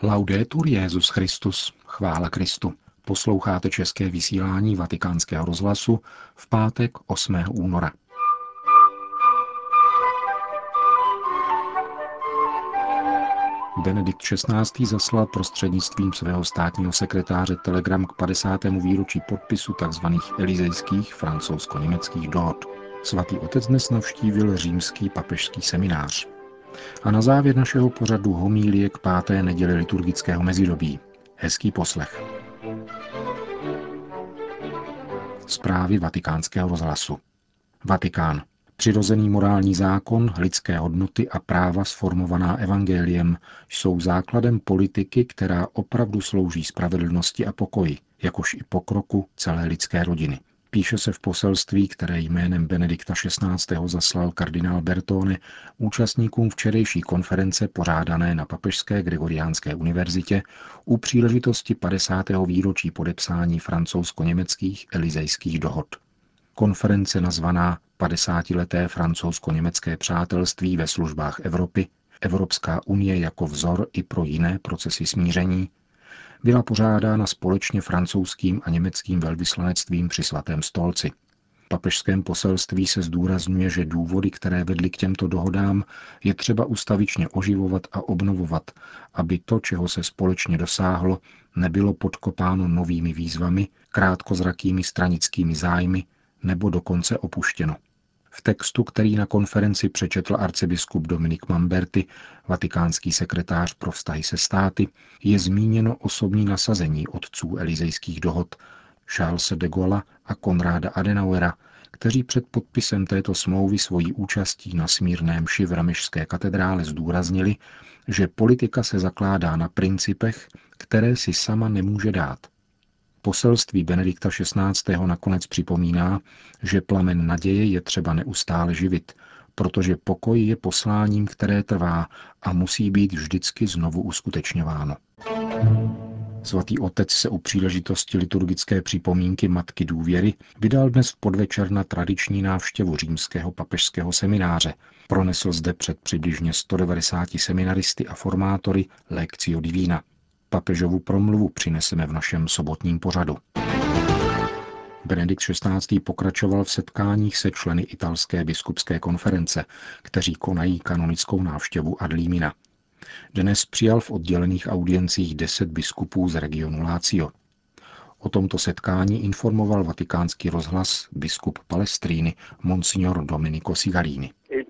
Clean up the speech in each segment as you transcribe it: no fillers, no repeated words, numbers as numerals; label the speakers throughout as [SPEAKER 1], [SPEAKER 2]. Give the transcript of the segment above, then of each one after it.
[SPEAKER 1] Laudetur Jesus Christus, chvála Kristu. Posloucháte české vysílání Vatikánského rozhlasu v pátek 8. února. Benedikt XVI. Zaslal prostřednictvím svého státního sekretáře telegram k 50. výročí podpisu tzv. Elizejských francouzsko-německých dohod. Svatý otec dnes navštívil římský papežský seminář. A na závěr našeho pořadu homílie k 5. neděli liturgického mezidobí. Hezký poslech. Zprávy Vatikánského rozhlasu. Vatikán. Přirozený morální zákon, lidské hodnoty a práva sformovaná evangeliem jsou základem politiky, která opravdu slouží spravedlnosti a pokoji, jakož i pokroku celé lidské rodiny. Píše se v poselství, které jménem Benedikta XVI. Zaslal kardinál Bertone účastníkům včerejší konference pořádané na Papežské Gregoriánské univerzitě u příležitosti 50. výročí podepsání francouzsko-německých Elizejských dohod. Konference nazvaná 50leté francouzsko-německé přátelství ve službách Evropy, Evropská unie jako vzor i pro jiné procesy smíření, byla pořádána společně francouzským a německým velvyslanectvím při Svatém stolci. V papežském poselství se zdůrazňuje, že důvody, které vedly k těmto dohodám, je třeba ustavičně oživovat a obnovovat, aby to, čeho se společně dosáhlo, nebylo podkopáno novými výzvami, krátkozrakými stranickými zájmy nebo dokonce opuštěno. V textu, který na konferenci přečetl arcibiskup Dominik Mamberti, vatikánský sekretář pro vztahy se státy, je zmíněno osobní nasazení otců Elizejských dohod Charlese de Gaulle'a a Konráda Adenauera, kteří před podpisem této smlouvy svojí účastí na smírné mši v Ramešské katedrále zdůraznili, že politika se zakládá na principech, které si sama nemůže dát. Poselství Benedikta XVI. Nakonec připomíná, že plamen naděje je třeba neustále živit, protože pokoj je posláním, které trvá a musí být vždycky znovu uskutečňováno. Svatý otec se u příležitosti liturgické připomínky Matky důvěry vydal dnes v podvečer na tradiční návštěvu římského papežského semináře. Pronesl zde před přibližně 190 seminaristy a formátory Lectio Divina. Papežovu promluvu přineseme v našem sobotním pořadu. Benedikt XVI. Pokračoval v setkáních se členy italské biskupské konference, kteří konají kanonickou návštěvu ad limina. Dnes přijal v oddělených audiencích 10 biskupů z regionu Lazio. O tomto setkání informoval vatikánský rozhlas biskup Palestríny Monsignor Domenico Sigalini.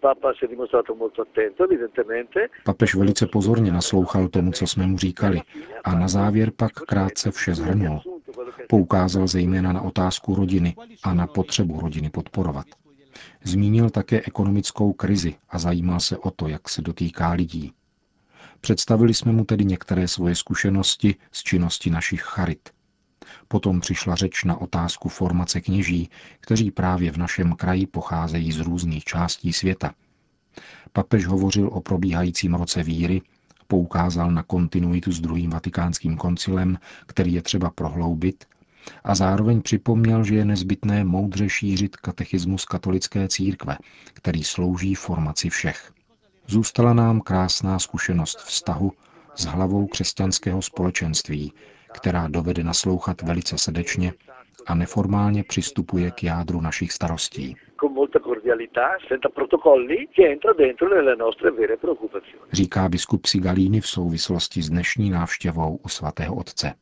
[SPEAKER 1] Papež velice pozorně naslouchal tomu, co jsme mu říkali, a na závěr pak krátce vše shrnul. Poukázal zejména na otázku rodiny a na potřebu rodiny podporovat. Zmínil také ekonomickou krizi a zajímal se o to, jak se dotýká lidí. Představili jsme mu tedy některé svoje zkušenosti z činnosti našich charit. Potom přišla řeč na otázku formace kněží, kteří právě v našem kraji pocházejí z různých částí světa. Papež hovořil o probíhajícím roce víry, poukázal na kontinuitu s druhým vatikánským koncilem, který je třeba prohloubit, a zároveň připomněl, že je nezbytné moudře šířit katechismus katolické církve, který slouží formaci všech. Zůstala nám krásná zkušenost vztahu s hlavou křesťanského společenství, která dovede naslouchat velice srdečně a neformálně přistupuje k jádru našich starostí. Říká biskup Sigalini v souvislosti s dnešní návštěvou u svatého otce.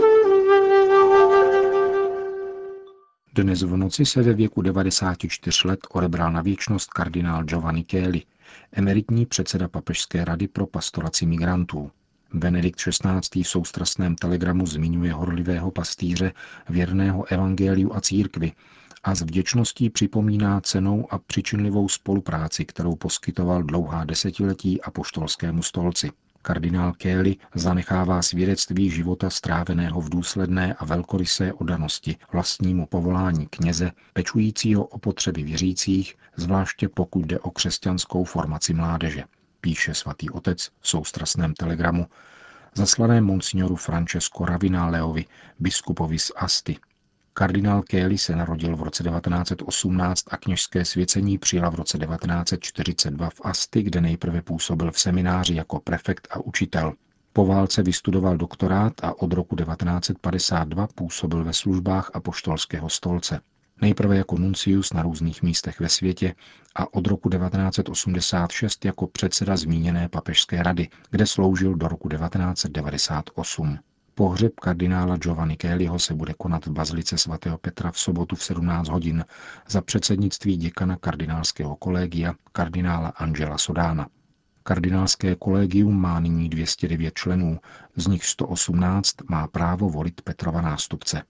[SPEAKER 1] Dnes v noci se ve věku 94 let odebral na věčnost kardinál Giovanni Cheli, emeritní předseda Papežské rady pro pastoraci migrantů. Benedikt XVI. V soustrasném telegramu zmiňuje horlivého pastýře, věrného evangeliu a církvi a s vděčností připomíná cennou a přičinlivou spolupráci, kterou poskytoval dlouhá desetiletí apoštolskému stolci. Kardinál Cheli zanechává svědectví života stráveného v důsledné a velkorysé oddanosti vlastnímu povolání kněze, pečujícího o potřeby věřících, zvláště pokud jde o křesťanskou formaci mládeže, píše svatý otec v soustrasném telegramu, zaslaném monsignoru Francesco Ravinaleovi, biskupovi z Asti. Kardinál Cheli se narodil v roce 1918 a kněžské svěcení přijal v roce 1942 v Asti, kde nejprve působil v semináři jako prefekt a učitel. Po válce vystudoval doktorát a od roku 1952 působil ve službách apoštolského stolce. Nejprve jako nuncius na různých místech ve světě a od roku 1986 jako předseda zmíněné papežské rady, kde sloužil do roku 1998. Pohřeb kardinála Giovanni Kellyho se bude konat v bazilice svatého Petra v sobotu v 17 hodin za předsednictví děkana kardinálského kolegia kardinála Angela Sodana. Kardinálské kolegium má nyní 209 členů, z nich 118 má právo volit Petrova nástupce.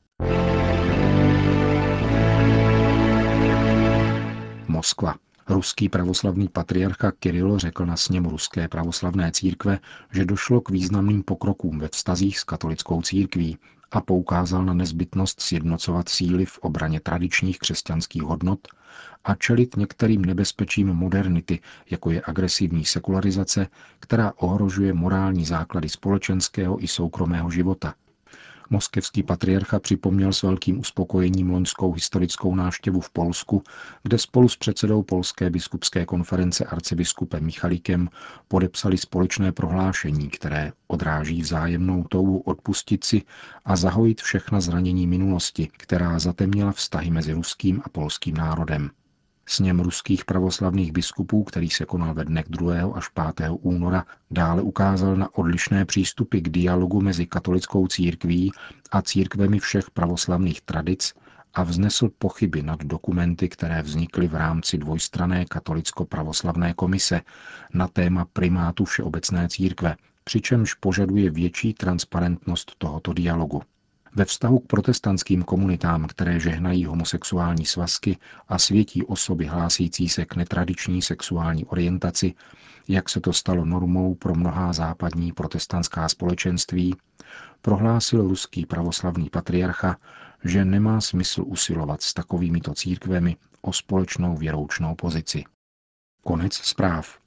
[SPEAKER 1] Moskva. Ruský pravoslavný patriarcha Kiril řekl na sněmu Ruské pravoslavné církve, že došlo k významným pokrokům ve vztazích s katolickou církví a poukázal na nezbytnost sjednocovat síly v obraně tradičních křesťanských hodnot a čelit některým nebezpečím modernity, jako je agresivní sekularizace, která ohrožuje morální základy společenského i soukromého života. Moskevský patriarcha připomněl s velkým uspokojením loňskou historickou návštěvu v Polsku, kde spolu s předsedou Polské biskupské konference arcibiskupem Michalikem podepsali společné prohlášení, které odráží vzájemnou touhu odpustit si a zahojit všechna zranění minulosti, která zatemnila vztahy mezi ruským a polským národem. Sněm ruských pravoslavných biskupů, který se konal ve dnech 2. až 5. února, dále ukázal na odlišné přístupy k dialogu mezi katolickou církví a církvemi všech pravoslavných tradic a vznesl pochyby nad dokumenty, které vznikly v rámci dvojstranné katolicko-pravoslavné komise na téma primátu všeobecné církve, přičemž požaduje větší transparentnost tohoto dialogu. Ve vztahu k protestantským komunitám, které žehnají homosexuální svazky a světí osoby hlásící se k netradiční sexuální orientaci, jak se to stalo normou pro mnohá západní protestantská společenství, prohlásil ruský pravoslavný patriarcha, že nemá smysl usilovat s takovýmito církvemi o společnou věroučnou pozici. Konec zpráv.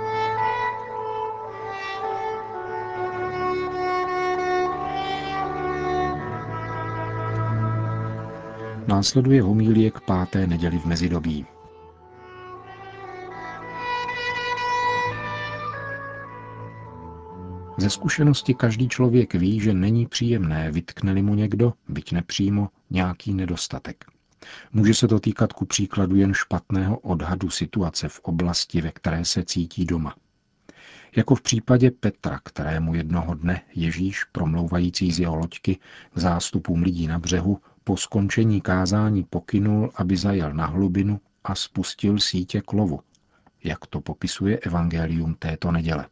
[SPEAKER 1] Následuje homilie k 5. neděli v mezidobí. Ze zkušenosti každý člověk ví, že není příjemné, vytkne-li mu někdo, byť nepřímo, nějaký nedostatek. Může se to týkat ku příkladu jen špatného odhadu situace v oblasti, ve které se cítí doma. Jako v případě Petra, kterému jednoho dne Ježíš, promlouvající z jeho loďky k zástupům lidí na břehu, po skončení kázání pokynul, aby zajel na hlubinu a spustil sítě k lovu, jak to popisuje evangelium této neděle.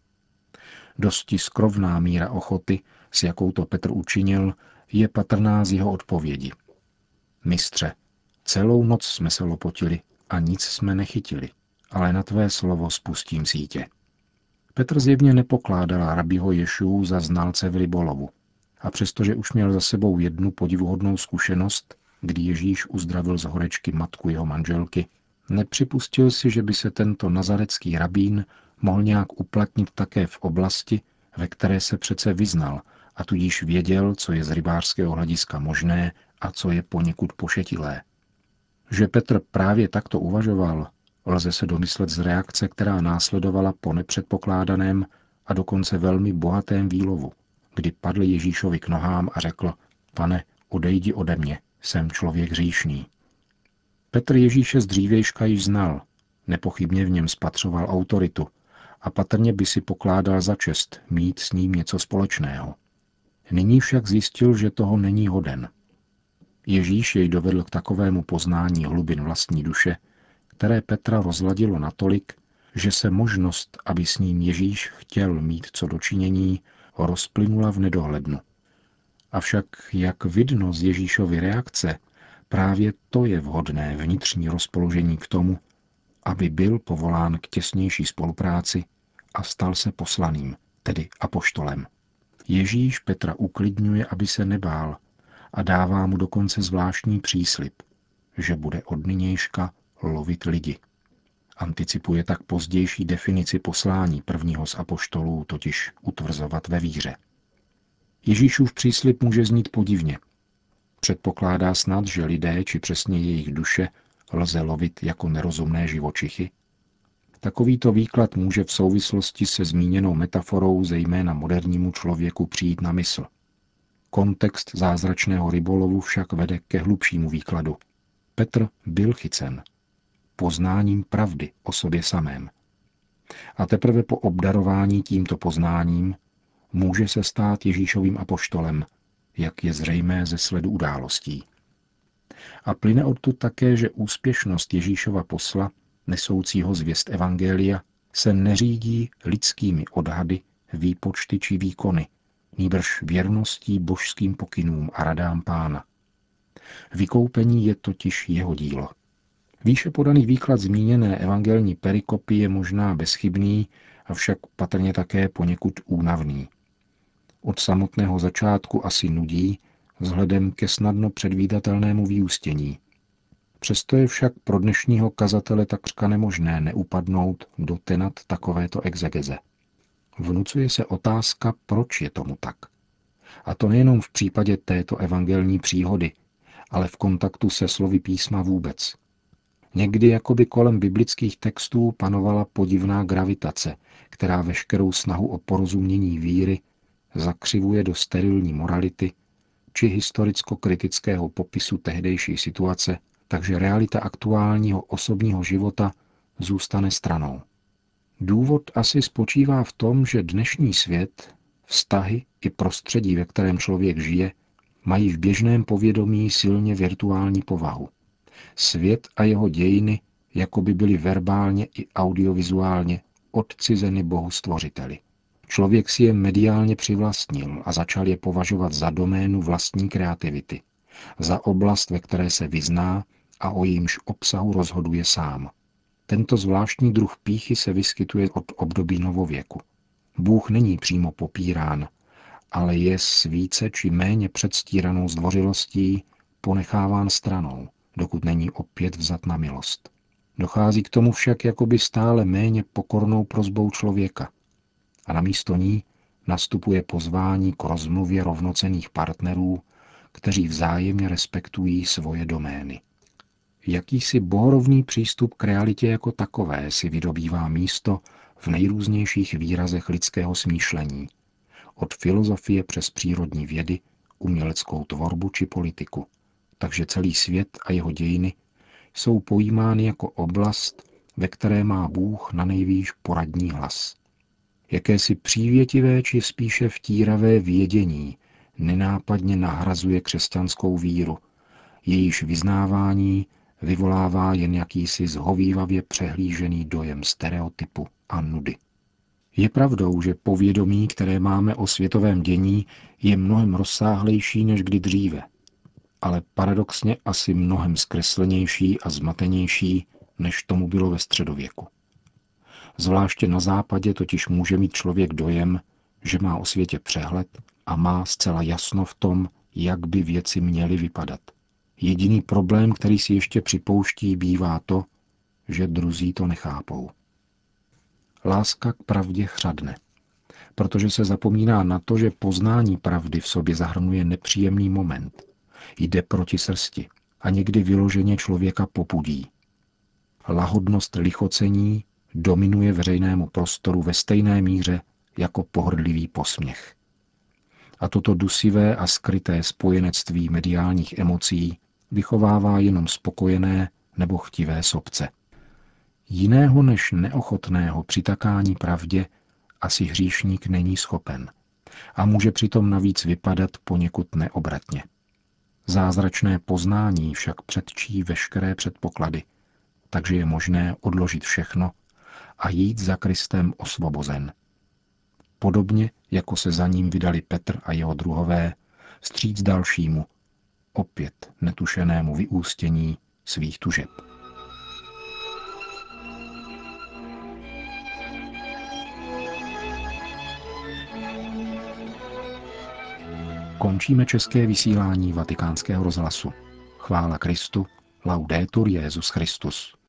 [SPEAKER 1] Dosti skrovná míra ochoty, s jakou to Petr učinil, je patrná z jeho odpovědi. Mistře, celou noc jsme se lopotili a nic jsme nechytili, ale na tvé slovo spustím sítě. Petr zjevně nepokládal rabího Ješuu za znalce v rybolovu. A přestože už měl za sebou jednu podivuhodnou zkušenost, kdy Ježíš uzdravil z horečky matku jeho manželky, nepřipustil si, že by se tento nazarecký rabín mohl nějak uplatnit také v oblasti, ve které se přece vyznal a tudíž věděl, co je z rybářského hlediska možné a co je poněkud pošetilé. Že Petr právě takto uvažoval, lze se domyslet z reakce, která následovala po nepředpokládaném a dokonce velmi bohatém výlovu, kdy padl Ježíšovi k nohám a řekl: Pane, odejdi ode mě, jsem člověk hříšný. Petr Ježíše z dřívějška již znal, nepochybně v něm spatřoval autoritu a patrně by si pokládal za čest mít s ním něco společného. Nyní však zjistil, že toho není hoden. Ježíš jej dovedl k takovému poznání hlubin vlastní duše, které Petra rozladilo natolik, že se možnost, aby s ním Ježíš chtěl mít co dočinění, rozplynula v nedohlednu. Avšak, jak vidno z Ježíšovy reakce, právě to je vhodné vnitřní rozpoložení k tomu, aby byl povolán k těsnější spolupráci a stal se poslaným, tedy apoštolem. Ježíš Petra uklidňuje, aby se nebál, a dává mu dokonce zvláštní příslib, že bude od nynějška lovit lidi. Anticipuje tak pozdější definici poslání prvního z apoštolů, totiž utvrzovat ve víře. Ježíšův příslib může znít podivně. Předpokládá snad, že lidé, či přesně jejich duše, lze lovit jako nerozumné živočichy? Takovýto výklad může v souvislosti se zmíněnou metaforou zejména modernímu člověku přijít na mysl. Kontext zázračného rybolovu však vede ke hlubšímu výkladu. Petr byl chycen poznáním pravdy o sobě samém. A teprve po obdarování tímto poznáním může se stát Ježíšovým apoštolem, jak je zřejmé ze sledu událostí. A plyne odtud také, že úspěšnost Ježíšova posla, nesoucího zvěst evangelia, se neřídí lidskými odhady, výpočty či výkony, nýbrž věrností božským pokynům a radám Pána. Vykoupení je totiž jeho dílo. Výše podaný výklad zmíněné evangelní perikopy je možná bezchybný, avšak patrně také poněkud únavný. Od samotného začátku asi nudí, vzhledem ke snadno předvídatelnému vyústění. Přesto je však pro dnešního kazatele takřka nemožné neupadnout do tenat takovéto exegeze. Vnucuje se otázka, proč je tomu tak. A to nejenom v případě této evangelní příhody, ale v kontaktu se slovy písma vůbec. Někdy jakoby kolem biblických textů panovala podivná gravitace, která veškerou snahu o porozumění víry zakřivuje do sterilní morality či historicko-kritického popisu tehdejší situace, takže realita aktuálního osobního života zůstane stranou. Důvod asi spočívá v tom, že dnešní svět, vztahy i prostředí, ve kterém člověk žije, mají v běžném povědomí silně virtuální povahu. Svět a jeho dějiny jako by byly verbálně i audiovizuálně odcizeny Bohu stvořiteli. Člověk si je mediálně přivlastnil a začal je považovat za doménu vlastní kreativity, za oblast, ve které se vyzná a o jejímž obsahu rozhoduje sám. Tento zvláštní druh pýchy se vyskytuje od období novověku. Bůh není přímo popírán, ale je s více či méně předstíranou zdvořilostí ponecháván stranou, dokud není opět vzat na milost. Dochází k tomu však jakoby stále méně pokornou prosbou člověka. A namísto ní nastupuje pozvání k rozmluvě rovnocenných partnerů, kteří vzájemně respektují svoje domény. Jakýsi bohorovný přístup k realitě jako takové si vydobývá místo v nejrůznějších výrazech lidského smýšlení, od filozofie přes přírodní vědy, uměleckou tvorbu či politiku. Takže celý svět a jeho dějiny jsou pojímány jako oblast, ve které má Bůh nanejvýš poradní hlas. Jakési přívětivé či spíše vtíravé vědění nenápadně nahrazuje křesťanskou víru, jejíž vyznávání vyvolává jen jakýsi zhovívavě přehlížený dojem stereotypu a nudy. Je pravdou, že povědomí, které máme o světovém dění, je mnohem rozsáhlejší než kdy dříve, ale paradoxně asi mnohem zkreslenější a zmatenější, než tomu bylo ve středověku. Zvláště na západě totiž může mít člověk dojem, že má o světě přehled a má zcela jasno v tom, jak by věci měly vypadat. Jediný problém, který si ještě připouští, bývá to, že druzí to nechápou. Láska k pravdě chřadne, protože se zapomíná na to, že poznání pravdy v sobě zahrnuje nepříjemný moment. Jde proti srsti a někdy vyloženě člověka popudí. Lahodnost lichocení dominuje veřejnému prostoru ve stejné míře jako pohrdlivý posměch. A toto dusivé a skryté spojenectví mediálních emocí vychovává jenom spokojené nebo chtivé sobce. Jiného než neochotného přitakání pravdě asi hříšník není schopen a může přitom navíc vypadat poněkud neobratně. Zázračné poznání však předčí veškeré předpoklady, takže je možné odložit všechno a jít za Kristem osvobozen. Podobně, jako se za ním vydali Petr a jeho druhové, vstříc dalšímu, opět netušenému vyústění svých tužeb. Končíme české vysílání Vatikánského rozhlasu. Chvála Kristu, laudetur Jesus Christus.